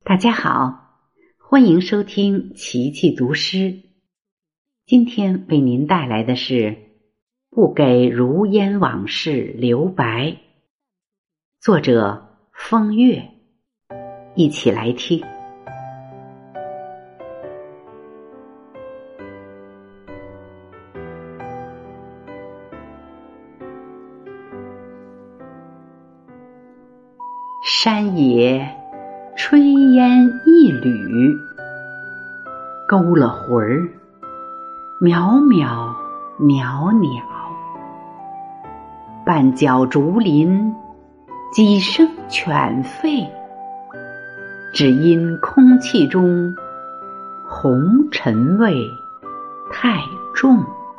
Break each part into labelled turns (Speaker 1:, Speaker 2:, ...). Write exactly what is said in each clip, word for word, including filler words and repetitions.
Speaker 1: 大家好，欢迎收听琪琪读诗。今天为您带来的是不给如烟往事留白，作者风月。一起来听。山野炊烟一缕，勾了魂儿，渺渺袅袅。半角竹林，几声犬吠，只因空气中红尘味太重。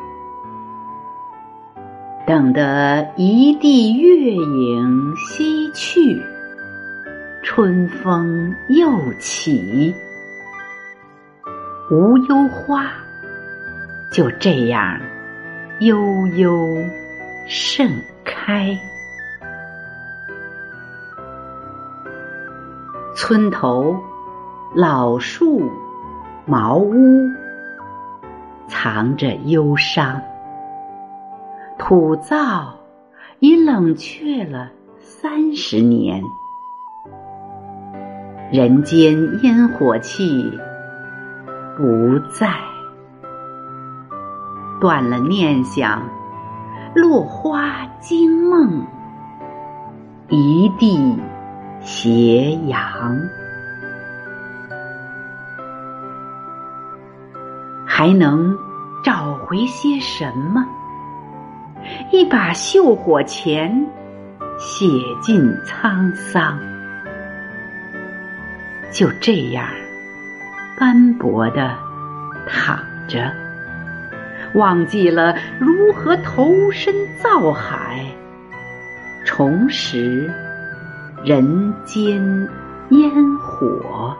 Speaker 1: 等得一地月影西去，春风又起，无忧花就这样悠悠盛开。村头老树茅屋，藏着忧伤，土灶已冷却了三十年。人间烟火气不在，断了念想，落花惊梦，一地斜阳。还能找回些什么？一把绣火钱，写尽沧桑。就这样斑驳地躺着，忘记了如何投身灶海，重拾人间烟火。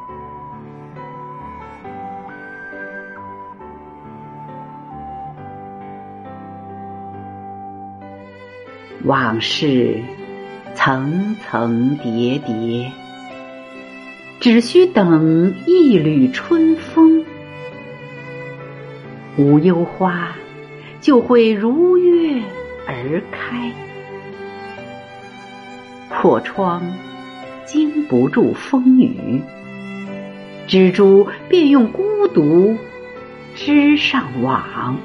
Speaker 1: 往事层层叠叠，只需等一缕春风，无忧花就会如约而开。破窗经不住风雨，蜘蛛便用孤独织上网。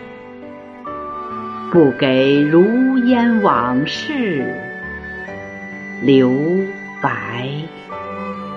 Speaker 1: 不给如烟往事留白。